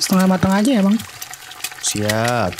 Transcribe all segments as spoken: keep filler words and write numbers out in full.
setengah matang aja ya bang. Siap.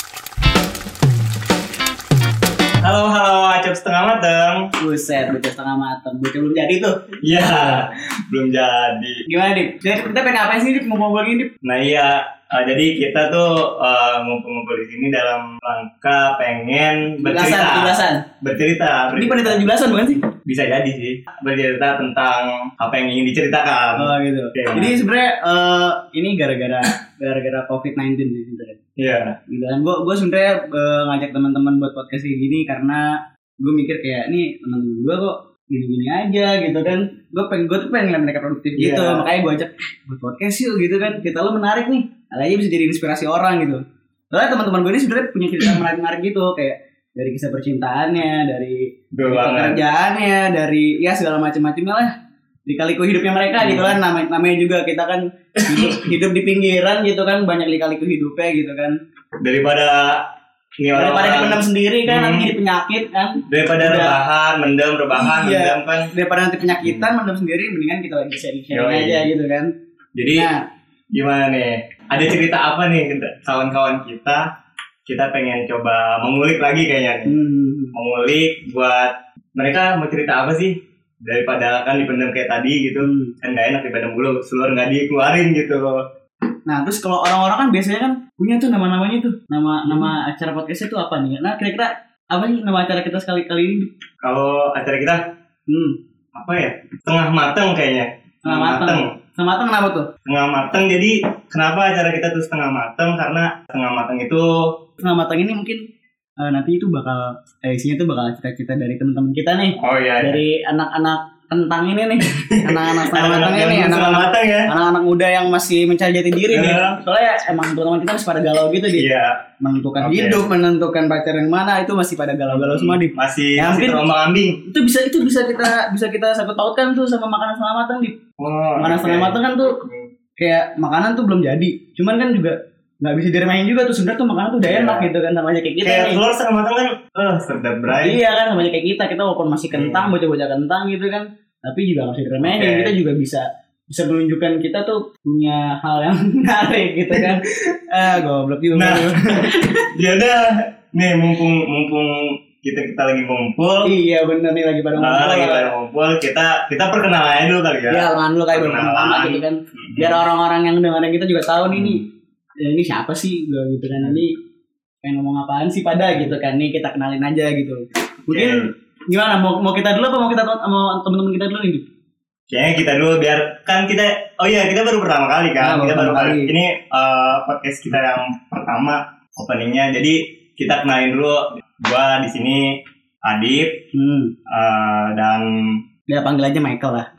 Halo halo acap setengah mateng. Buset, bocah setengah mateng. Bocah belum jadi tuh. Iya, belum jadi. Gimana Dip? Jadi kita pengen ngapain sih Dip? Ngumpul-ngumpul gini Dip? Nah iya, uh, jadi kita tuh uh, ngumpul-ngumpul di sini dalam rangka pengen bercerita. tujuh belasan. Bercerita. Ini penelitian tujuh belasan bukan sih? Bisa jadi sih. Bercerita tentang apa yang ingin diceritakan. Oh gitu. Oke. Jadi sebenarnya uh, ini gara-gara gara-gara covid sembilan belas sih sebenarnya. Iya. Gitu kan. Gue gue sebenarnya uh, ngajak teman-teman buat podcast kayak gini karena gue mikir kayak nih teman-teman gue kok gini-gini aja gitu kan. Gue pengen gue tuh pengen ngeliat mereka produktif gitu. Yeah. Makanya gue ajak buat podcast yuk gitu kan. Kita lo menarik nih. Aja bisa jadi inspirasi orang gitu. Soalnya teman-teman gue ini sebenarnya punya cerita menarik-menarik gitu kayak dari kisah percintaannya, dari, dari pekerjaannya, dari ya segala macam-macamnya lah. Lika-liku hidupnya mereka gitu kan. Namanya, namanya juga kita kan hidup, hidup di pinggiran gitu kan, banyak lika-liku hidupnya gitu kan. Daripada ini orang daripada dipendam sendiri kan, hmm. nanti jadi penyakit kan. Daripada Udah. rebahan, mendem, rebahan, Iya. mendem kan. Daripada nanti penyakitan, mendam sendiri, mendingan kita lagi sharing-sharing Yoi. aja gitu kan. Jadi Nah, gimana nih? Ada cerita apa nih kawan-kawan kita? Kita pengen coba mengulik lagi kayaknya nih. hmm. Mengulik buat mereka mau cerita apa sih? Daripada kan dipendam kayak tadi gitu. Hmm. Kan gak enak dipendam dulu, seluruh gak dikeluarin gitu. Nah, terus kalau orang-orang kan biasanya kan punya tuh nama-namanya tuh. Nama nama acara podcastnya tuh apa nih? Nah, kira-kira apa sih nama acara kita sekali-kali ini? Kalau acara kita Hmm. apa ya? Tengah mateng kayaknya. Setengah mateng. Setengah mateng kenapa tuh? Setengah mateng, jadi kenapa acara kita tuh setengah mateng? Karena setengah mateng itu Setengah mateng ini mungkin uh, nanti itu bakal eh, isinya tuh bakal cerita-cerita dari teman-teman kita nih. oh iya, Dari anak-anak kentang ini nih. Anak-anak setengah mateng ini, yang setengah anak-anak mateng ya. anak-anak muda yang masih mencari jati diri nih. Iya. Soalnya emang teman-teman kita masih pada galau gitu di Iya. menentukan Oke. hidup, menentukan pacar yang mana itu masih pada galau-galau semua di. Masih Ya, masih mungkin- terombang-ambing. Itu bisa itu bisa kita bisa kita sangkut pautkan tuh sama makanan setengah matang di. Oh, Makanan oke. setengah matang kan tuh kayak makanan tuh belum jadi. Cuman kan juga nggak bisa diremehin juga tuh, sebenarnya tuh makanan tuh udah Iya. enak gitu kan, namanya kayak kita Kayak nih. telur setengah mateng kan, eh sedap bray. Iya kan, namanya kayak kita, kita walaupun masih kentang, Hmm. bocah-bocah kentang gitu kan, tapi juga nggak bisa diremehin. Oke. Kita juga bisa bisa menunjukkan kita tuh punya hal yang menarik gitu kan. Ah, goblok juga. Nah. gua. Ya udah, nih mumpung mumpung kita kita lagi ngumpul, Iya bener nih lagi pada nah, ngumpul. lagi pada ngumpul, kita kita perkenalan aja dulu kali ya. Ya, kenalan dulu kayak Perkenalan. pertama gitu kan. Biar orang-orang yang dengerin kita juga tahu nih nih. Ya, ini siapa sih gitu kan, ini pengen ngomong apaan sih pada gitu kan, nih kita kenalin aja gitu. Mungkin gimana, mau mau kita dulu apa mau kita mau temen-temen kita dulu nih? Kayaknya kita dulu biar kan kita, oh iya kita baru pertama kali kan, Nah, kita baru baru pertama kali. kali. Ini uh, podcast kita yang pertama openingnya, jadi kita kenalin dulu. Gua di sini Adip, Hmm. uh, dan Dia panggil aja Michael lah.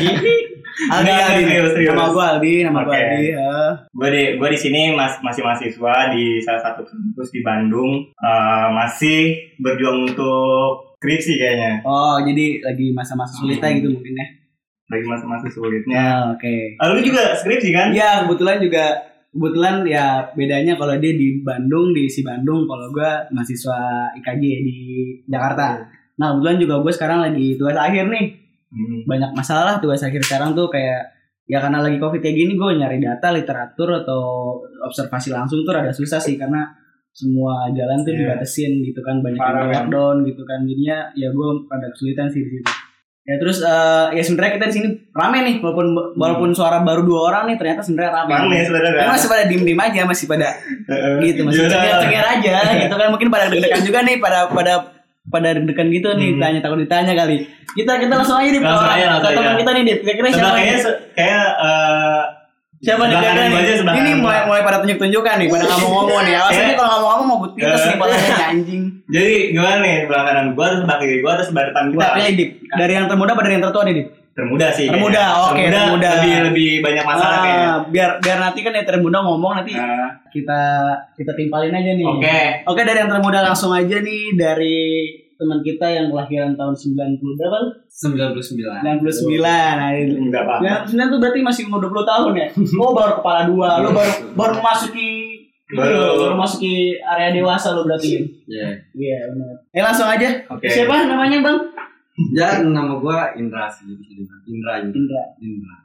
Aldi, Enggak, Aldi. serius, serius. Nama gue Aldi, nama gue Oke. Aldi. Ya. gue di gue di sini mas, masih mahasiswa di salah satu kampus di Bandung, uh, masih berjuang untuk skripsi kayaknya, Oh, jadi lagi masa-masa sulitnya gitu mungkin ya. lagi masa-masa sulitnya. Ya, oke. Ah, lu juga skripsi kan? Iya, kebetulan juga kebetulan ya bedanya kalau dia di Bandung, di si Bandung, kalau gue mahasiswa I K J di Jakarta. Nah, kebetulan juga gue sekarang lagi tugas akhir nih. Hmm. Banyak masalah tugas akhir sekarang tuh kayak ya karena lagi Covid kayak gini, gue nyari data, literatur atau observasi langsung tuh rada susah sih karena semua jalan tuh Iya. dibatasin gitu kan, banyak Parah, yang kan? lockdown gitu kan, jadinya ya gue rada kesulitan sih di situ. Ya terus eh, ya sebenarnya kita di sini rame nih, walaupun walaupun suara baru dua orang nih ternyata sebenarnya rame. Rame sebenarnya. Kan masih pada diem-diem aja, masih pada gitu, masih Yaudah. cengir-cengir aja gitu kan, mungkin pada deg-degan juga nih, pada pada pada deg-degan gitu nih, Hmm. tanya takut ditanya kali. Kita kita langsung aja nih, Langsung aja, langsung teman aja. kita nih, Dip. Kira-kira siapa Sebelah nih? kayaknya se- kayak uh, Siapa nih sebelah kira-kira kanan gua aja, nih? sebelah Ini kanan mulai gua. mulai pada tunjuk-tunjukkan nih, pada nggak mau ngomong nih. Awas Kayak- nih kalau nggak mau ngomong mau gue pites nih potongnya anjing. Jadi gimana nih, sebelah kanan gua atau sebelah kiri gua atau sebelah depan gua? Kita pilih, Dip. Dari yang termuda pada yang tertua nih, Dip. Termuda sih. Termuda, kayaknya. oke, termuda. Lebih lebih banyak masalah Ah, kayaknya. biar biar nanti kan yang termuda ngomong, nanti Nah, kita kita timpalin aja nih. Oke. Oke, dari yang termuda langsung aja nih, dari teman kita yang kelahiran tahun sembilan puluh berapa? sembilan puluh sembilan. sembilan puluh sembilan. Nah, itu. enggak apa-apa. sembilan puluh sembilan tuh berarti masih umur dua puluh tahun ya. Oh, baru kepala dua. Lu baru baru memasuki Baru- baru, baru masuki area dewasa lu berarti. Iya. Iya, benar. Eh, langsung aja. Oke. Siapa namanya, Bang? Ya nama gua Indra sih, bisa dibilang Indra Indra. Indra. Indra.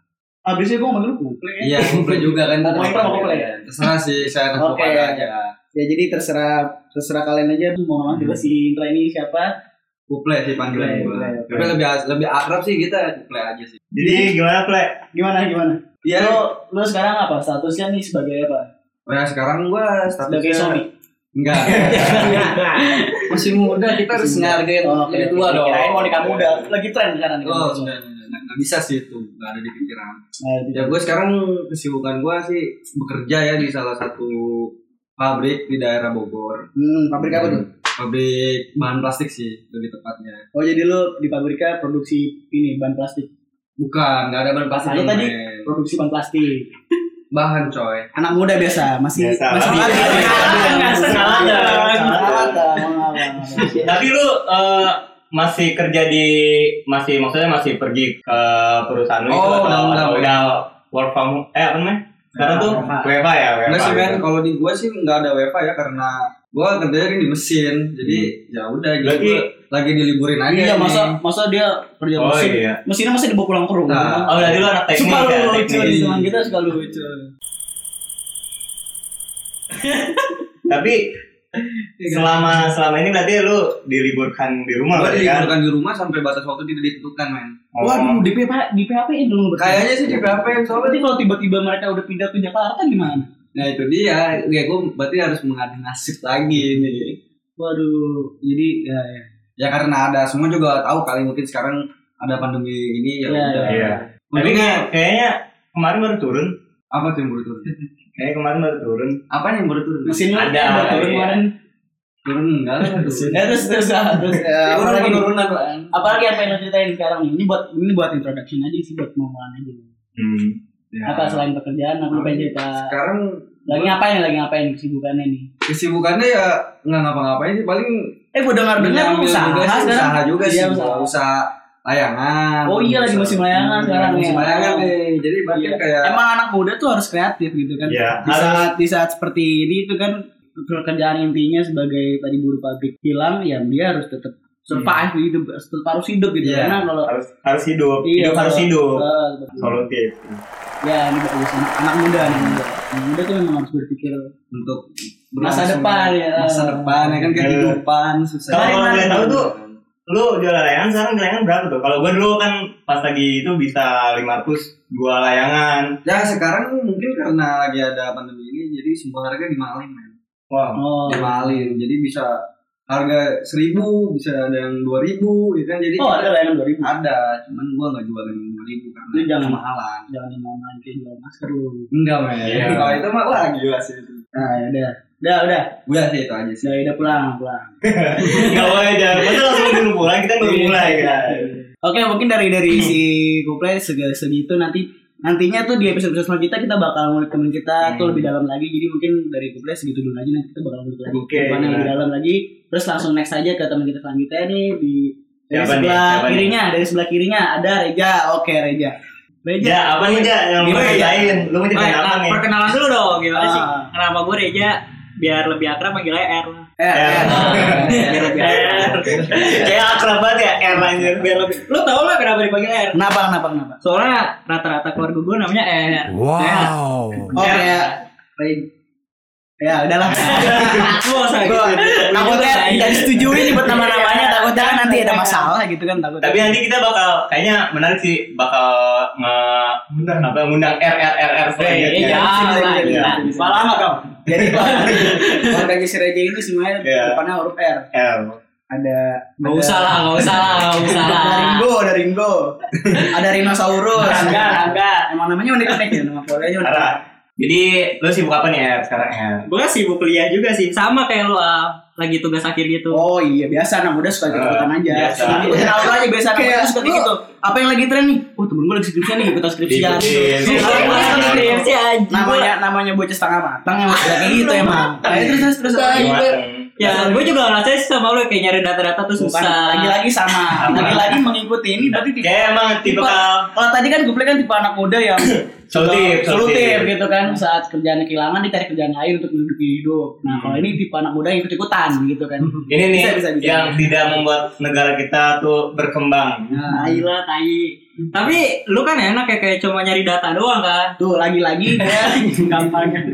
Abisnya gue manggil Kuple. Iya, Kuple juga kan. Mau Kuple mau Kuple. Terserah sih, saya anak Oke aja. Ya jadi terserah terserah kalian aja tuh mau manggil si Intra ini siapa. Kuple sih panggilan gue. Tapi lebih lebih akrab sih kita Kuple aja sih. Jadi gimana Ple? Gimana gimana? Iya. Lo lo sekarang apa? Statusnya nih sebagai apa? Oh ya sekarang gue sebagai suami. Enggak. Masih muda kita harus ngargain oh, lebih tua dong. Kirain mau nikah muda. Lagi tren sekarang nih. Oh, sudah nggak bisa sih itu, nggak ada di pikiran. Nah, ya gue sekarang kesibukan gue sih bekerja ya di salah satu pabrik di daerah Bogor. Hmm, pabrik apa tuh? Pabrik bahan plastik sih lebih tepatnya. Oh jadi lu di pabriknya produksi ini bahan plastik? Bukan, nggak ada bahan plastik. Lu tadi produksi bahan plastik. Bahan coy. Anak muda biasa, masih biasa. masih salah ada. Tapi lu uh, masih kerja di masih maksudnya masih pergi ke perusahaan lu oh, itu atau udah, udah work from eh apa namanya? Sekarang tuh W F H ya, W F H. Enggak sih men, kalau di gua sih enggak ada W F H ya karena gua kerjanya di mesin. Jadi hmm. ya udah gitu. Lagi, lagi diliburin aja. Iya, masa masa dia kerja oh, mesin. Iya. Mesinnya masih dibawa pulang ke rumah. Nah, oh, jadi lu anak teknik suka ya, lucu di teman kita suka lucu. Tapi selama selama ini berarti lu diliburkan di rumah kan? Diliburkan kan? di rumah sampai batas waktu tidak ditentukan, men. Oh. Waduh, di P P di P H P-in dong. Kayaknya sih di P H P-in. Soalnya berarti kalau tiba-tiba mereka udah pindah ke Jakarta gimana? Nah itu dia, ya gue berarti harus mengadu nasib lagi nih. Waduh, jadi ya, ya. ya karena ada semua juga tahu kali mungkin sekarang ada pandemi ini ya. Ya, udah. Iya. Tapi kayak, kayaknya kemarin baru turun. Apa tuh yang baru turun? Kayaknya kemarin baru turun. Apa yang baru turun? Mesinnya ada baru turun iya. kemarin. Turun enggak lah turun. Ya terus terus terus. Turun penurunan. Apalagi apa yang lo ceritain sekarang nih? Ini buat ini buat introduction aja sih, buat ngomongan aja. Hmm. Ya. Apa selain pekerjaan, apa lu pengen cerita? Sekarang lagi ngapain lagi ngapain kesibukannya nih? Kesibukannya ya nggak ngapa-ngapain sih, paling eh gue dengar-dengar lu usaha juga sih, usaha juga sih, iya, usaha, usaha layangan. Oh iya lagi musim layangan sekarang ya. Musim layangan nih. Jadi berarti iya. kayak emang anak muda tuh harus kreatif gitu kan. Iya. Di saat di saat seperti ini itu kan pekerjaan intinya sebagai tadi buruh pabrik hilang, ya dia harus tetap survive hmm. hidup, tetap harus hidup gitu. Yeah. Karena kalau harus harus hidup, iya, hidup harus hidup. Uh, Solutif. Ya ini bagus, anak muda, anak muda. Anak muda tuh memang harus berpikir untuk masa depan ya. Masa depan ya kan kehidupan susah. Kalau kalian tahu tuh, lu jual layangan sekarang layangan berapa tuh? Kalau gua dulu kan pas lagi itu bisa lima ratus dua layangan. Ya sekarang mungkin karena lagi ada pandemi ini jadi semua harga dimalin, men. Wow. Oh. Dimalin. Jadi bisa harga seribu, bisa ada yang dua ribu, gitu kan. Jadi oh ada layangan dua ribu. Ada, cuman gua nggak jual yang dua ribu karena lu jangan mahalan. Jangan mahalan kayak jual masker lu. Enggak, men. Iya. Kalau itu mah wah gila sih itu. Nah, ya udah. Udah, udah. Udah sih itu aja sih. Udah, udah pulang, pulang. Enggak boleh jangan. Masa langsung dulu pulang, kita baru mulai kan. Oke, mungkin dari dari si Kuple seg- segitu nanti nantinya tuh di episode selanjutnya kita bakal ngulik temen kita hmm. tuh lebih dalam lagi. Jadi mungkin dari Kuple segitu dulu aja, nanti kita bakal ngulik lagi okay, nah. lebih dalam lagi. Terus langsung next aja ke teman kita selanjutnya nih di dari siapa sebelah nih? kirinya, nih? Dari sebelah kirinya ada Reja. Oke, Reja. Reja. Ya, apa nih, Ja? Yang mau ceritain? Lu mau ceritain apa nih? Perkenalan dulu dong, gimana ah. sih? Kenapa gue Reja? Biar lebih akrab panggilnya R. R. Biar lebih akrab. Kayak akrab banget ya R anjir. Biar lebih. Lu tau lah kenapa dipanggil R? Kenapa? Kenapa? Kenapa? Soalnya rata-rata keluarga gue namanya R. Wow. Oh, kayak Reja. Ya udahlah. Gue usah gitu. Takutnya tidak disetujui nih buat nama-namanya. Takutnya kan nanti ada masalah gitu kan. Takutnya. Tapi nanti kita bakal kayaknya menarik sih, bakal nge apa ngundang R R R R Iya, iya. Lama kau. Jadi keluarga si Reja ini semuanya depannya huruf R. R. Ada. Gak usah lah, gak usah lah, gak usah lah. Ada Ringo, ada Ringo. Ada Rhinosaurus. Enggak, enggak. Emang namanya unik-unik ya, nama keluarganya unik. Jadi lu sibuk apa nih R sekarang R? Gue sibuk kuliah juga sih, sama kayak lu uh, lagi tugas akhir gitu. Oh iya biasa, anak muda suka gitu-gituan uh, aja. Biasa. Ikutin alur aja biasa, anak muda suka kayak gitu. Apa yang lagi tren nih? Oh temen gue lagi skripsian nih, ikutan skripsian. Namanya namanya bocah setengah matang yang masih kayak gitu emang. Ayo terus terus terus. Ya, gue juga ngerasain sih sama lu kayak nyari data-data tuh susah. Lagi-lagi sama, lagi-lagi mengikuti ini berarti tipe. Kayak emang tipe kalau tadi kan gue kan tipe anak muda yang Solutif, solutif gitu kan. Saat kerjaan kehilangan dicari kerjaan lain untuk menghidupi hidup. Nah, kalau ini tipe anak muda yang ikut-ikutan gitu kan. Ini nih Bisa, bisa, bisa. yang tidak membuat negara kita tuh berkembang. Nah, Tai lah, tai. Tapi lu kan enak ya kayak cuma nyari data doang kan. tuh lagi-lagi ya gampangnya.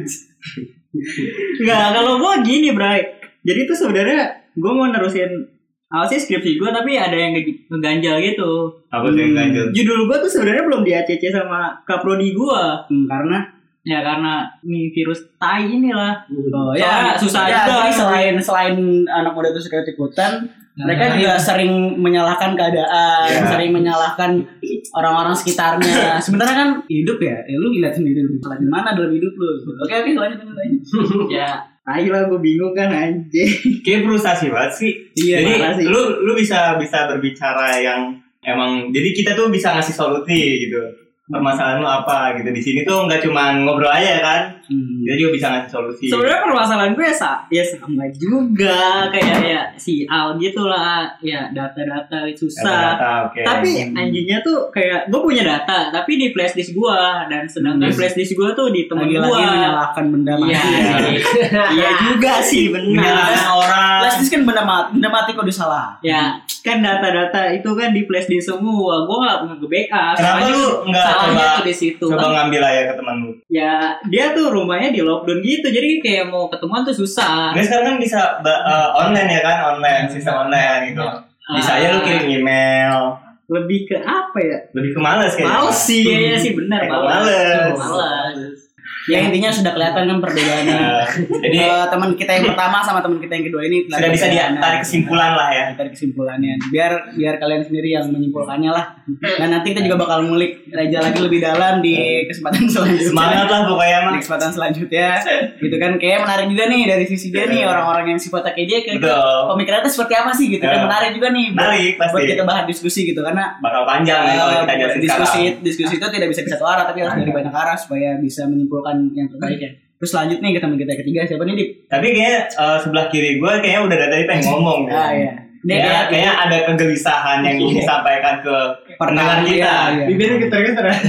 Enggak, kalau gua gini, Bray. Jadi tuh sebenarnya gua mau nerusin awal sih skripsi gua tapi ada yang nge- ngeganjal gitu. Apa tuh yang ganjel? Judul gua tuh sebenarnya belum di A C C sama kaprodi gua. Hmm, karena Ya karena nih virus tai inilah. oh Soalnya susah ya, juga. jadi selain selain anak muda itu suka ikutan, mereka Nah, juga iya. sering menyalahkan keadaan, Iya. sering menyalahkan orang-orang sekitarnya. Sebenarnya kan hidup ya, ya lu lihat sendiri lu salah di mana dalam hidup lu. Oke oke lanjut lanjut. Ya, tai lah gua bingung kan anjing. Kayak frustasi banget sih. Iya, Jadi parah sih. lu lu bisa bisa berbicara yang emang jadi kita tuh bisa ngasih solusi gitu. Permasalahan lu apa gitu. Di sini tuh nggak cuma ngobrol aja kan. Hmm. Kita juga bisa ngasih solusi. Sebenarnya permasalahan gue ya, sa- ya sama juga kayak ya si Al gitu lah, ya data-data susah. Data-data, oke. Tapi anjingnya tuh kayak gue punya data, tapi di flash disk gue dan sedangkan Hmm. flash disk gue tuh di temen gue. Lagi-lagi menyalahkan benda mati. Iya, sih. Iya juga sih benar. Menyalahkan orang. Flash disk kan benda mati, benda mati kok disalah. Ya kan data-data itu kan di flash disk semua. Gue nggak nge backup. Kenapa Soalnya lu nggak salahnya coba tuh di situ. coba ngambil aja ke teman lu? Ya dia tuh rumahnya di lockdown gitu, jadi kayak mau ketemuan tuh susah. Ini sekarang kan bisa ba- eh, online ya kan, online sistem online gitu. Bisa aja lu kirim email. Lebih ke apa ya? Lebih ke males kayaknya. Males sih, kayaknya sih benar. Emang males. Males. Ya intinya sudah kelihatan kan perbedaannya. Nah, jadi Eh, teman kita yang pertama sama teman kita yang kedua ini sudah bisa ditarik kesimpulan lah ya. Ditarik kesimpulannya. Biar biar kalian sendiri yang menyimpulkannya lah. Dan nanti kita juga bakal ngulik Reja lagi lebih dalam di kesempatan selanjutnya. Semangat lah pokoknya mah. Di kesempatan selanjutnya. Gitu kan kayak menarik juga nih dari sisi dia nih orang-orang yang sifatnya kayak dia kayak Betul. pemikirannya tuh seperti apa sih gitu kan Ya. menarik juga nih. buat- Menarik, pasti. Buat kita bahas diskusi gitu karena Bakal panjang nih kalau kita Eh, jelasin diskusi sekarang. diskusi itu tidak bisa di satu arah tapi harus dari banyak arah supaya bisa menyimpulkan yang terbaik ya. Terus selanjutnya kita teman kita yang ketiga siapa nih Dip? Tapi kayaknya eh, sebelah kiri gue kayaknya udah dari tadi pengen ngomong. nih. Ah iya. Dia Ya, kayak kayaknya ada kegelisahan yang ingin disampaikan ke pendengar kita. Iya, iya. Bibirnya getar-getar ya.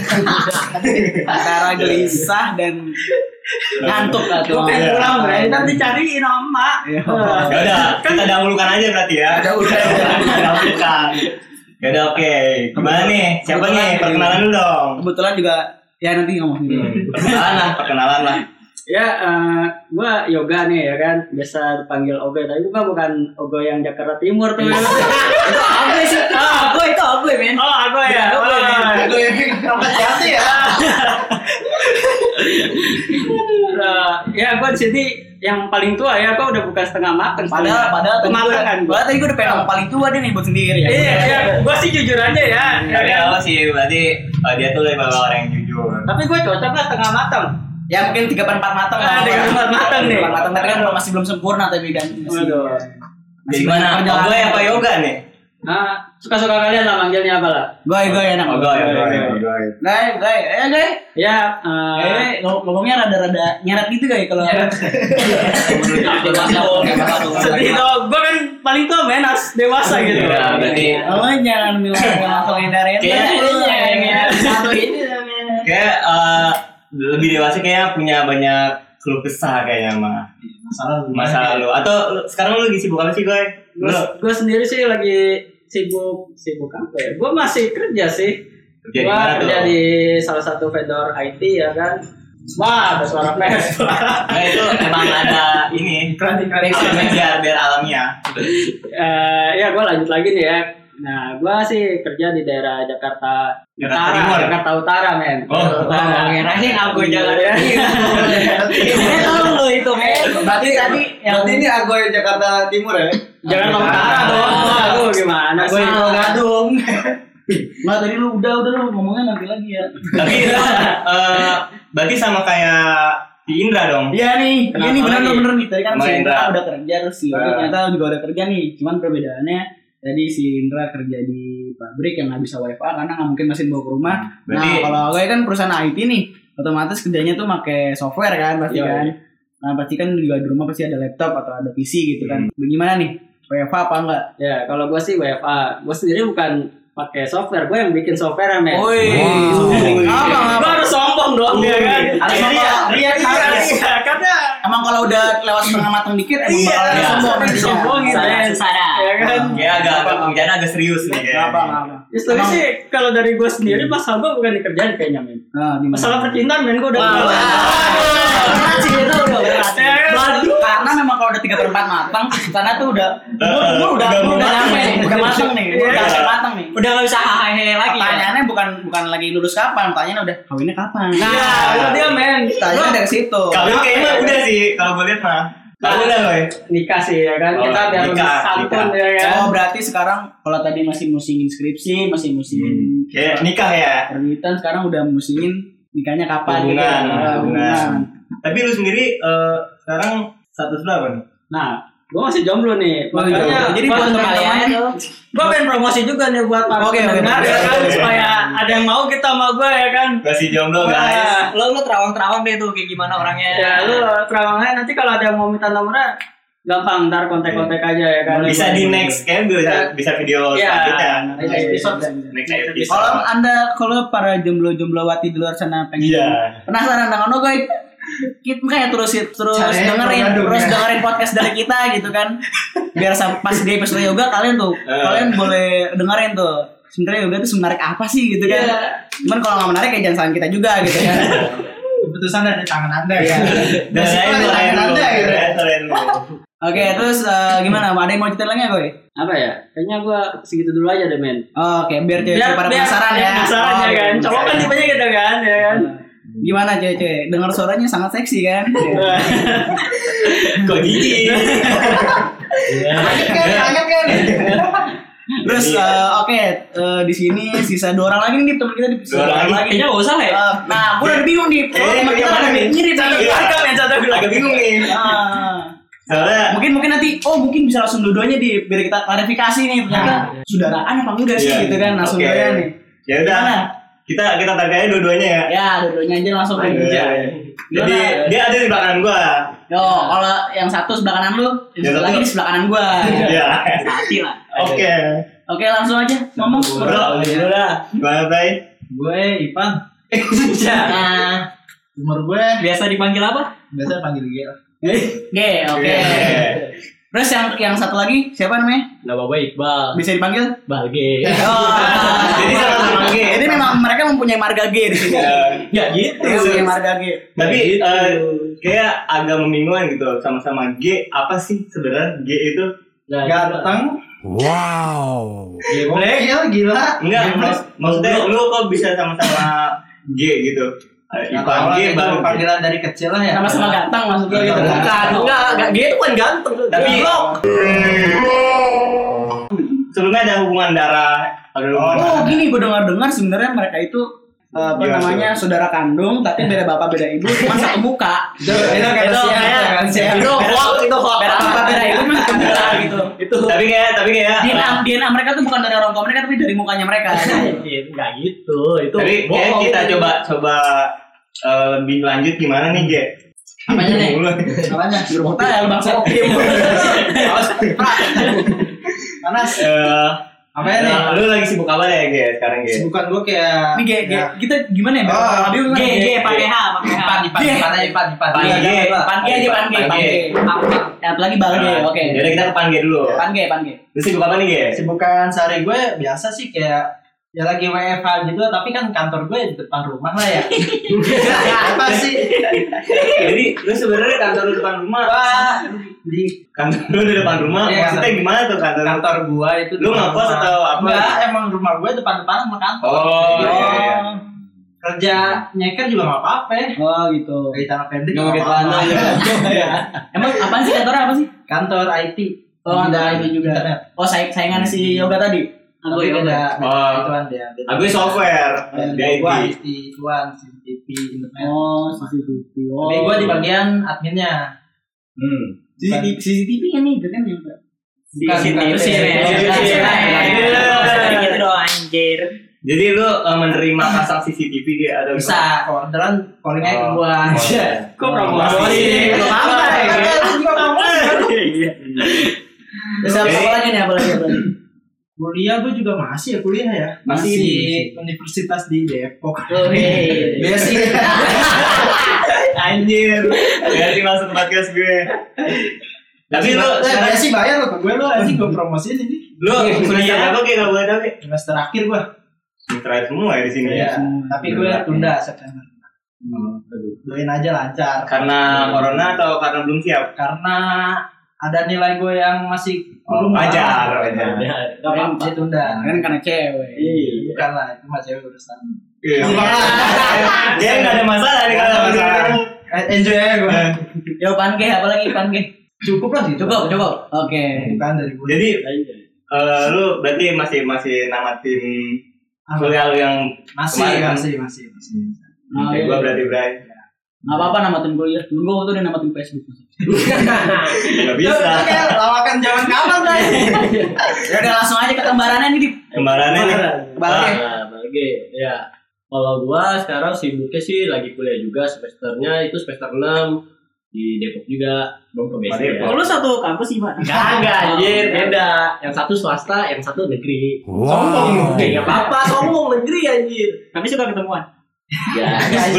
Antara gelisah dan ngantuk lah tuh. pengen pulang, Bre. Ntar dicariin sama. Iya. Ya udah, kita dahulukan aja berarti ya. Dahulukan. Dahulukan. Ya udah oke. Gimana nih? Siapa Kebetulan nih? nih. Perkenalan dulu dong. Kebetulan juga ya nanti ngomong dulu. Perkenalan lah, perkenalan lah. Ya, eh, gua Yoga nih ya kan, biasa dipanggil Oge. Tapi gua bukan Oge yang Jakarta Timur tuh. Itu apa sih? Ah, gue itu apa men? Oh, aku ya. Aku Oh, ya. Aku yang rapat jati ya. eh, ya gua di sini yang paling tua ya, gua udah bukan setengah mateng. Padahal padahal tadi mateng gua, kan. padahal tadi gue udah pengen ngomong paling tua deh nih buat sendiri ya. Iya, iya, gua sih jujur aja ya. ya Ya, kan? oh sih, berarti eh, dia tuh lebih orang yang jujur. Tapi gua cocok lah setengah mateng. Ya mungkin tiga per empat matang Ah, tiga per empat matang nih. tiga per empat matang tapi kan belum- masih belum sempurna tapi kan. Masih, Waduh. Jadi gimana? perjalanan. Oh, gue apa yoga nih? Nah, suka-suka kalian lah manggilnya apa lah. Gue gue enak. Oh, gue, gue, gue. Gue gue eh gue. Ya, eh, Eh ngom- ngomongnya rada-rada nyeret gitu guys kalau. sedih tau, gua kan paling tua menas dewasa gitu. Ya, berarti Oh jangan bilang langsung dari itu. Kayaknya- Satu ini. kayak eh, lebih dewasa kayaknya punya banyak keluh kesah kayaknya mah. Masalah Masa lalu. Atau lu- sekarang lu lagi sibuk apa sih, gue? Lu Gue sendiri sih lagi sibuk sibuk apa ya? Gue masih kerja sih. kerja di Gue mana tuh? kerja di salah satu vendor I T ya kan. Wah, ada suara pes. Nah, itu emang ada ini. biar biar alamiah. Eh, ya gue lanjut lagi nih ya. Nah, gue sih kerja di daerah Jakarta Jakarta Utara, Timur. Jakarta Utara men. Oh, nah, Rasanya aku jalan. ya. Saya tahu lo itu men. Berarti tadi yang Berarti ini Agoy Jakarta Timur ya? Jakarta Utara dong. Aduh, gimana sih? Masalah. Gadung. Nggak tadi lu udah udah lu ngomongnya nanti lagi ya. Tapi itu eh, berarti sama kayak si Indra dong. Iya nih, Kenapa ini bener lagi? bener nih. Tadi kan Sama si Indra Indra. udah kerja terus si Yogi Ah. ternyata juga udah kerja nih. Cuman perbedaannya tadi si Indra kerja di pabrik yang nggak bisa W F H karena nggak mungkin mesin bawa ke rumah. Berarti- Nah kalau gue kan perusahaan I T nih, otomatis kerjanya tuh pakai software kan pasti Iya, kan. iya. Nah pasti kan juga di rumah pasti ada laptop atau ada P C gitu kan. Hmm. Gimana nih? W F H apa enggak? Ya, kalau gue sih W F A. Gue sendiri bukan pakai software, gue yang bikin software men. Woi, Gue harus sombong dong ya kan. Harus sombong. Iya, iya, karena emang kalau udah lewat setengah matang dikit emang iya, bakal iya, sombong gitu. sombong gitu Susah, ya. susah dah. Ya kan. Ya agak agak pekerjaan agak serius nih Enggak ya. apa apa. Justru sih kalau dari gue sendiri masalah gue bukan di kerjaan kayaknya men. Nah, gimana? Masalah percintaan men gue udah. Berat sih itu udah berat. Ya kan? Waduh, karena memang kalau udah tiga per empat matang, sana tuh udah gua udah gua udah nyampe nih, udah matang nih, udah Iya. sampai matang nih. Udah enggak bisa hahaha lagi ya. Pertanyaannya bukan bukan lagi lulus kapan, pertanyaannya udah kawinnya kapan. Nah, itu dia men. Pertanyaannya dari situ. Kawin kayaknya udah sih kalau gue lihat mah. Kawin udah loh. Nikah sih ya kan. Oh, Kita biar lebih nikah, santun nikah. ya kan. Oh, berarti sekarang kalau tadi masih musingin skripsi, masih musingin Kayak nikah ya. permintaan, sekarang udah musingin nikahnya kapan gitu. Hubungan, Ah, hubungan. Tapi lu sendiri eh, sekarang status lu apa nih? Nah, gue masih jomblo nih. Oh, iya. Makanya Jadi buat buat kalian, kalian- gue pengen promosi juga nih buat para Oke, oke, pendengar oke. ya kan, supaya ada yang mau kita sama gue ya kan. Masih jomblo guys. Wah, Lo lo terawang-terawang deh tuh kayak gimana orangnya. ya lu terawangnya nanti kalau ada yang mau minta nomornya gampang, ntar kontak-kontak aja ya kan. Bisa di next kayak bisa bisa video Ya, selanjutnya. next episode. Next episode. Kalau anda kalau para jomblo-jomblowati di luar sana pengen Iya. penasaran dengan Ono guys, kita kayak terus terus Caranya dengerin tergantung, terus ya. dengerin podcast dari kita gitu kan, biar sam- pas di episode yoga kalian tuh Eh. kalian boleh dengerin tuh sebenarnya yoga tuh menarik apa sih gitu kan. Iya. Cuman kalau nggak menarik ya jangan salahin kita juga gitu kan. Keputusan ada di tangan anda ya. Dan lain di tangan lain anda gitu. lain. Oke, terus eh, gimana? Ada yang mau cerita lagi nggak, Boy? Apa ya? Kayaknya gue segitu dulu aja deh men. Oke, biar cewek Biar pada biar- penasaran biar ya. Penasaran ya Oh, kan. iya. Cowok kan tipenya gitu kan ya kan. Gimana cewek-cewek? Dengar suaranya sangat seksi kan? Kok jijik? Kan, anget kan. Terus eh, oke, eh, di sini sisa dua orang lagi nih teman kita di Dua orang lagi. Kayaknya enggak usah lah ya. Eh, nah, gue udah bingung nih. Eh, Teman kita yang ada mana nih? mirip Satu nih. agak yang satu agak bingung nih. Ah. Soalnya Mungkin mungkin nanti oh mungkin bisa langsung dua-duanya di biar kita klarifikasi nih ternyata saudaraan apa enggak sih Iya. gitu kan langsung Oke. dua nih. ya udah Gimana? kita kita tarik aja dua-duanya ya. Ya, dua-duanya aja langsung aja. Iya. Jadi Gimana? dia ada di belakang gua. Yo, kalau yang satu sebelah kanan lu, yang Yang satu satu. lagi di sebelah kanan gua. Iya. Hati lah. Oke. Oke, langsung aja ngomong. Bro, Udah. gimana Bay? Gue Ipan. Nah, Umur gue biasa dipanggil apa? biasa panggil G. Oke, oke. Oke. Terus yang yang satu lagi siapa namanya? Nama gue Iqbal. Bisa dipanggil? Balge. Oh, Jadi sama-sama G. Jadi memang mereka mempunyai marga G di sini. Ya gitu. Mempunyai marga G. Tapi eh, kayak agak membingungkan gitu sama-sama G apa sih sebenarnya G itu? Ganteng. Wow. Gokil, gila. Enggak, mas, maksudnya lu kok bisa sama-sama G gitu? Eh, Gak Ipan tau lah, G, itu Bang G. panggilan dari kecil lah ya. Sama-sama ganteng maksud gue gitu. Iya. Bukan. Enggak, enggak gitu kan ganteng. Tapi sebelumnya ada hubungan darah. Ada hubungan Oh, darah. gini gue dengar-dengar sebenarnya mereka itu eh, apa Gimana namanya saudara kandung tapi beda bapak beda ibu cuma satu muka. Itu itu kayak Itu siang, kayak kan siang. itu hoax, itu hoax. Beda bapak beda ibu cuma satu muka gitu. Itu Tapi kayak tapi kayak D N A D N A mereka tuh bukan dari orang tua mereka tapi dari mukanya mereka. enggak gitu. Itu tapi kayak bohong. kita coba coba eh, lebih lanjut gimana nih G? Apanya nih? Apanya? Bermota ya bang Sokim. Panas. Eh, Apanya nih? nah, lu lagi sibuk apa ya G sekarang G? Sibukan gue kayak Ini G G ya. kita gimana ya? Oh, Aduh, G G pakai H, pakai H. Ipan, Ipan, G. Ipan aja, Ipan, Ipan. Pan G. Pan G aja Pan G Pan G. Ya apalagi Bal G. Nah, Oke. Jadi kita ke Pan G dulu. Pan G Pan G. Lu sibuk apa nih G? Sibukan sehari gue biasa sih kayak ya lagi W F H gitu, tapi kan kantor gue di depan rumah lah ya. Apa sih? Jadi lu sebenarnya kantor lu depan rumah. Wah, di Kantor lu di depan rumah. Iya, Maksudnya kantor. gimana tuh kantor? lu? kantor gue itu Lu depan ngekos rumah. atau apa? Enggak, emang rumah gue depan-depan sama kantor. Oh, iya, iya. Kerja nyeker juga nggak apa-apa. Oh gitu. Kayak tanah pendek Nggak nggak pakai apa-apa. celana Iya. Emang apaan sih kantornya apa sih? Kantor I T. Oh ada itu juga. Internet. Oh saing saingan si Yoga tadi. Tapi Aku Yoga. beda, Oh. beda ituan dia. beda. Aku software di I T. Gua I T, ituan, C C T V, internet. Oh C C T V. Oh. Tapi gue di bagian adminnya. Hmm. C C T V C C T V kan nih kan yang Bukan, Bersih bukan. bersih Bukan. bersih Bukan. bersih. Bukan. Gitu doang anjir. Jadi lu uh, menerima pasang C C T V dia ada Bisa, kalau orderan calling aja ke Oh. gua aja. Kok promosi? Belum apa ya? Iya. Terus apa Jadi- lagi nih apa lagi apa lagi? Kuliah gue juga masih ya kuliah ya. Masih di di- universitas di Depok. Oh, hei. Besi. Anjir. Ya sih masuk podcast gue. Tapi lu eh, Besi bayar loh ke gue lo anjing gue promosiin ini. lu kuliah apa kayak kalau boleh tahu? Semester akhir gue. Terakhir semua ya di sini ya. Tapi gue tunda September. Doain aja lancar. Karena corona atau karena belum siap? Karena ada nilai gue yang masih Oh, belum wajar, wajar. Ya, Gak apa-apa ditunda. Kan karena cewek. Iya. Bukan lah, itu mah cewek urusan. Iya. Dia nggak ada masalah nih kalau Masalah. Eh, Enjoy aja gue. Yo pange apalagi pange. Cukup lah sih. Cukup, cukup. Oke. Bukan dari gue. Jadi eh, lu berarti masih masih namatin kuliah lu yang Masih, kemarin kan? masih, masih, masih. Oh, Kayak iya. gua berarti Bray. Enggak apa-apa namatin kuliah. Dulu gua tuh udah namatin Facebook. Nggak bisa. Kayak lawakan zaman kapan lah. Ya udah langsung aja ke kembarannya nih, Dip. Kembarannya nih. Kembarannya. Nah, bagi ya. Kalau gua sekarang sibuknya sih lagi kuliah juga semesternya itu semester enam di Depok juga, belum ke basic ya. Oh, lu satu kampus sih, Pak? Kagak anjir, beda. Yang satu swasta, yang satu negeri. Wow. Sombong, enggak apa-apa, sombong negeri anjir. Tapi suka ketemuan. Ya,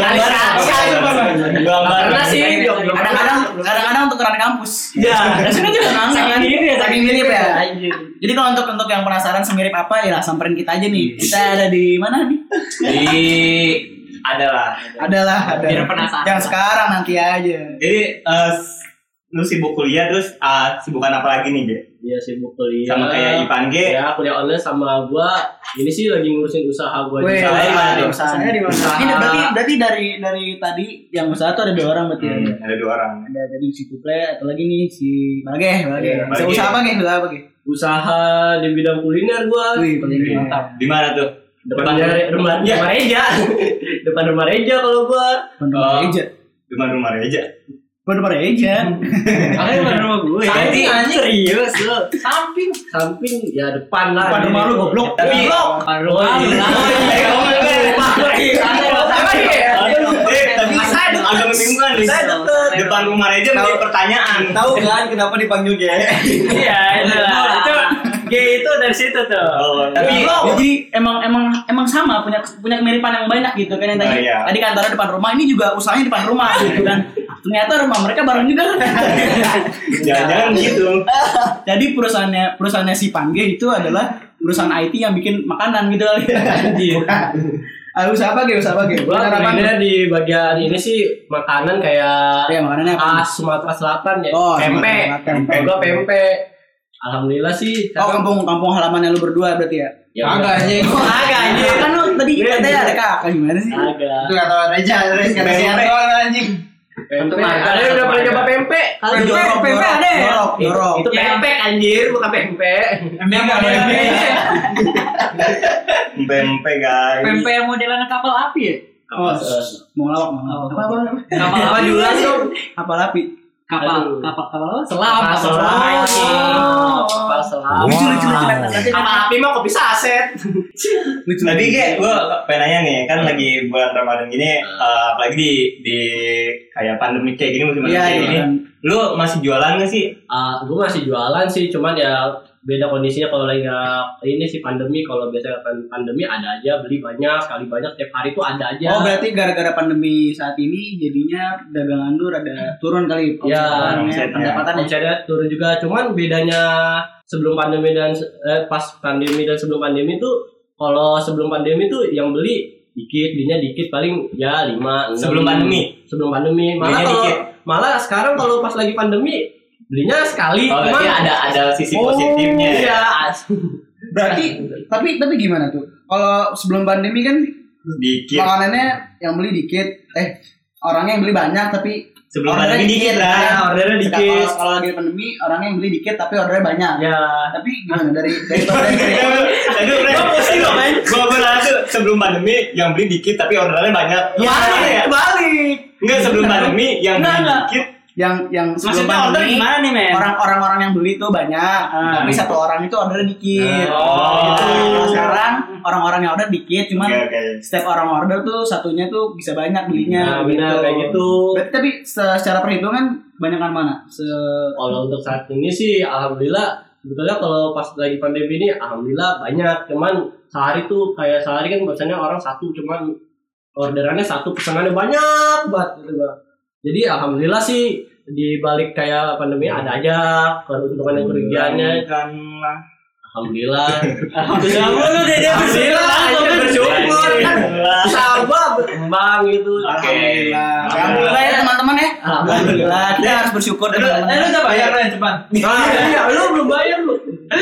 Karena sih Kadang-kadang kadang-kadang untuk tukeran kampus. Ya, Biasanya juga nangis. Saking mirip ya, saking mirip ya. anjir. Jadi kalau untuk untuk yang penasaran semirip apa ya samperin kita aja nih. Kita ada di mana nih? di adalah. Adalah ada. Biar penasaran. Yang sekarang nanti aja. Jadi eh, lu sibuk kuliah terus ah, sibukan apa lagi nih, Ge? Dia sibuk kuliah. Sama kayak Ipan Ge. Ya, kuliah online sama gua. Ini sih lagi ngurusin usaha gua Weh, di usaha sana. gimana tuh? usahanya di mana? Ini berarti berarti dari dari tadi yang usaha tuh ada dua orang berarti. ya? Hmm, ada dua orang. Ada tadi si Kuple atau lagi nih si Balge, Balge. Iya, Bisa Balge. usaha apa nih? Usaha apa nih? Usaha di bidang kuliner gua. Wih, paling Wih, mantap. Di mana tuh? Depan rumah Iya. rumah Reja. Depan rumah Reja kalau gua. Penduduk Oh. Reja. Depan rumah Reja. Penduduk Reja. Makanya bukan rumah gue. Samping, Jadi serius lu. Samping, samping ya depan lah. Depan rumah lu goblok. Tapi Depan rumah lu. tapi agak membingungkan nih. Depan rumah Reja menjadi pertanyaan. Tahu kan kenapa dipanggil Ge? Iya, itu lah. Itu G itu dari situ tuh. Oh, Tapi tapi jadi emang emang emang sama punya punya kemiripan yang banyak gitu kan yang tadi. Oh, iya. Tadi kantornya depan rumah, ini juga usahanya depan rumah gitu kan. Ternyata rumah mereka bareng juga. jangan-jangan gitu. Jadi perusahaannya perusahaannya si Pange itu adalah perusahaan I T yang bikin makanan gitu kali. Anjir. Ah, usaha apa gitu? Usaha apa gitu? Gua kulinernya di bagian ini sih makanan kayak Ya, makanannya apa? khas Sumatera Selatan ya. Oh, pempek. Sumatera Selatan. Kalau gua pempek. Alhamdulillah sih. Oh, kampung kampung halamannya lu berdua berarti ya? Ya, Agak anjing. Oh, agak anjir. Kan lu tadi katanya ada kakak gimana sih? agak. Itu kata Reja, Reja kata si Anton anjing. Pempek. Ada yang udah pernah coba pempek? Kali Pempek, jorok, pempek jorok. ada ya? Jorok, Jorok. jorok. Itu Ya. pempek anjir, bukan pempek. Pempek guys. Pempek yang modelannya kapal api ya? Oh, mau ngelawak, mau ngelawak. Apa apa? Kapal Apa api. jelas dong? Apa lapi? Kapal, Aduh. kapal, kapal apa? Selam. Kapal Kapal selam. selam. Kapal selam. Lucu lucu lucu. Nanti Kapal api mah kopi saset. lucu. Tadi kayak gue pengen nanya nih, kan lagi bulan Ramadan gini, eh, apalagi di di kayak pandemi kayak gini musim Iya, pandemi kayak iya. gini, lu masih jualan nggak sih? Ah, gue masih jualan sih, cuman ya beda kondisinya kalau lagi nggak ini sih pandemi. Kalau biasanya pan- pandemi ada aja beli banyak sekali banyak setiap hari tuh ada aja. Oh, berarti gara-gara pandemi saat ini jadinya dagangan lu rada turun kali Ya, pendapatannya, omsetnya. pendapatannya. Omsetnya turun juga, cuman bedanya sebelum pandemi dan eh, pas pandemi dan sebelum pandemi tuh, kalau sebelum pandemi tuh yang beli dikit, belinya dikit paling ya lima enam. Sebelum pandemi? Sebelum pandemi. Malah Belinya kalau dikit? malah sekarang kalau pas lagi pandemi belinya sekali. Oh, berarti ada ada sisi Oh, positifnya. Iya. Berarti tapi tapi gimana tuh? Kalau sebelum pandemi kan Dikit. makanannya yang beli dikit, eh orangnya yang beli banyak tapi Sebelum ordernya pandemi dikit lah. Ya, ordernya Sekarang dikit. Kalau, kalau lagi pandemi orangnya yang beli dikit tapi ordernya banyak. Ya. Tapi gimana dari dari dari, dari Aduh, gue pusing loh, men. Gue pernah tuh sebelum pandemi yang beli dikit tapi orderannya banyak. Gimana ya? balik. Enggak, sebelum pandemi yang Enggak, beli enggak. dikit. Yang yang sebelum Maksudnya order pandemi gimana nih, men? orang orang-orang yang beli tuh banyak, tapi satu orang itu ordernya dikit. Oh. Gitu. Kalau sekarang orang-orang yang order dikit, cuman Oke, oke. setiap orang order tuh satunya tuh bisa banyak belinya. Nah, benar kayak gitu. Berarti tapi se- secara perhitungan banyakan mana? Se Kalau untuk saat ini sih alhamdulillah sebetulnya kalau pas lagi pandemi ini alhamdulillah banyak, cuman sehari tuh kayak sehari kan biasanya orang satu, cuman orderannya satu, pesanannya banyak banget gitu Bang. Jadi alhamdulillah sih di balik kayak pandemi ada aja keuntungan dan kerugiannya kan lah. Alhamdulillah. Alhamdulillah lu deh dia Alhamdulillah aja bersyukur kan. Usaha berkembang gitu. Alhamdulillah. Alhamdulillah ya teman-teman ya. Alhamdulillah. Kita harus bersyukur teman-teman. Eh lu udah bayar lo yang cepat. Nah, iya, lu belum bayar lu.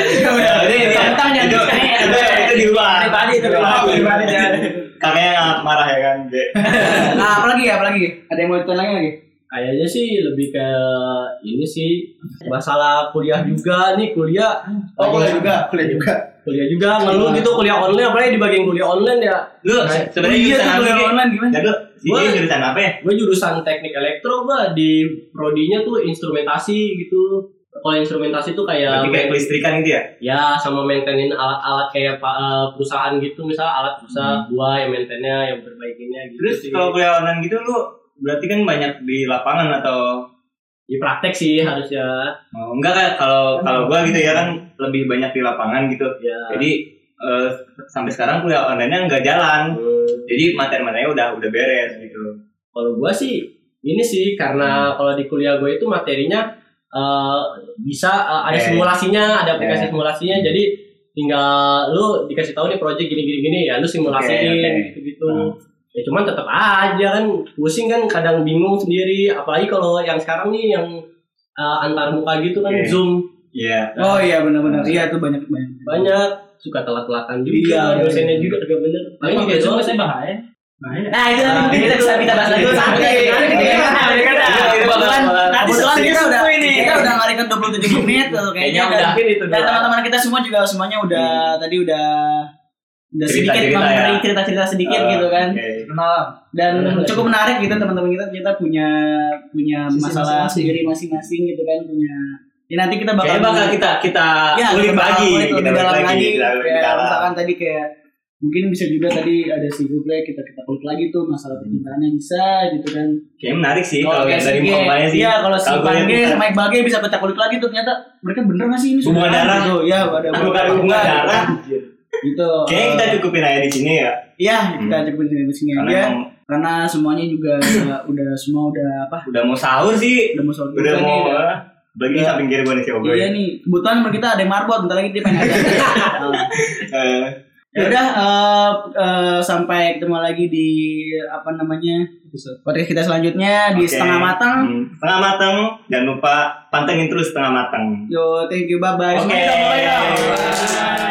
Ini Tentang yang itu itu di luar. Pribadi itu pribadi. Kakaknya marah ya kan. Nah, apalagi ya, apalagi? Ada yang mau ditanya lagi? Kayaknya sih lebih ke ini sih masalah kuliah juga nih kuliah. Oh kuliah juga, kuliah juga. Kuliah juga ngeluh gitu kuliah online, apalagi di bagian kuliah online ya. Lu sebenarnya Iya, jurusan apa kuliah sih? online gimana? Dan lu Gua- ini jurusan apa ya? Gue jurusan teknik elektro bah, di prodinya tuh instrumentasi gitu. Kalau instrumentasi tuh kayak Berarti kayak kelistrikan gitu ya? ya sama maintainin alat-alat kayak pa- eh, perusahaan gitu, misal alat perusahaan gua yang maintainnya, yang perbaikinya gitu. Terus sih. kalau kuliah online gitu lu berarti kan banyak di lapangan atau di praktek sih harusnya. oh, enggak kan kalau kalau gua gitu ya kan lebih banyak di lapangan gitu. Ya. Jadi eh, sampai sekarang kuliah online-nya nggak jalan. Hmm. Jadi materi-materinya udah udah beres gitu. Kalau gua sih ini sih karena kalau di kuliah gue itu materinya eh, bisa eh, ada Eh. simulasinya, ada aplikasi Eh. simulasinya. Jadi tinggal lu dikasih tahu nih project gini-gini gini ya lu simulasiin Oke, oke. gitu-gitu. Hmm. Ya cuman tetap aja kan pusing kan, kadang bingung sendiri, apalagi kalau yang sekarang nih yang eh, antar muka gitu kan Oke. Zoom Iya. Oh iya benar-benar. Iya tuh banyak banyak. banyak suka telat-telatan juga, Iya, iya, dosennya iya. juga agak bener. Paling Tapi juga gitu doang saya sih. bahaya. Nah itu nanti kita bisa kita bahas lagi. Santai. Iya, Nanti kita iya, bahas lagi. Kebetulan Nanti kebetulan kita serius udah semua ini. kita udah ngalikan dua puluh tujuh menit tuh kayaknya. Kayaknya Dan- mungkin itu Dan doang. teman-teman kita semua juga semuanya udah tadi udah udah sedikit Cerita-cerita memberi ya. cerita-cerita sedikit Oh, gitu kan. oke. Kenal. Dan cukup menarik gitu teman-teman kita kita punya punya Sisi masalah masing-masing. sendiri masing-masing gitu kan, punya ya nanti kita bakal Kayaknya bakal kita kita ya, ulik kita bakal lagi, ulik kita lebih ulik dalam lagi, lagi, kita ulik kayak dalam. misalkan tadi kayak mungkin bisa juga tadi ada si Google kita kita kulik lagi tuh masalah percintaannya bisa gitu kan. Kayaknya menarik sih kalau kayak dari si G, mumpamanya sih. iya kalau si Kalau gue Pange lihat- sama Iqbal G bisa kita kulik lagi tuh ternyata mereka bener nggak sih ini Hubungan saudara darah. gitu. Ya ada Bukan hubungan darah. gitu. Kayaknya kita cukupin aja di sini ya. Iya kita cukupin di sini Karena aja emang karena semuanya juga udah semua udah apa udah mau sahur sih. udah mau sahur Udah juga mau nih, udah. bagi Udah. samping kiri gue nih si Ogoy. Iya nih, kebetulan teman kita ada yang marbot, bentar lagi dia pengen ada. Eh, Ya udah eh, eh, sampai ketemu lagi di apa namanya podcast kita selanjutnya di Oke. setengah matang. Hmm, setengah matang. Jangan lupa pantengin terus setengah matang. Yo, thank you, bye bye. Oke. Semuanya dong, bye-bye dong. Bye.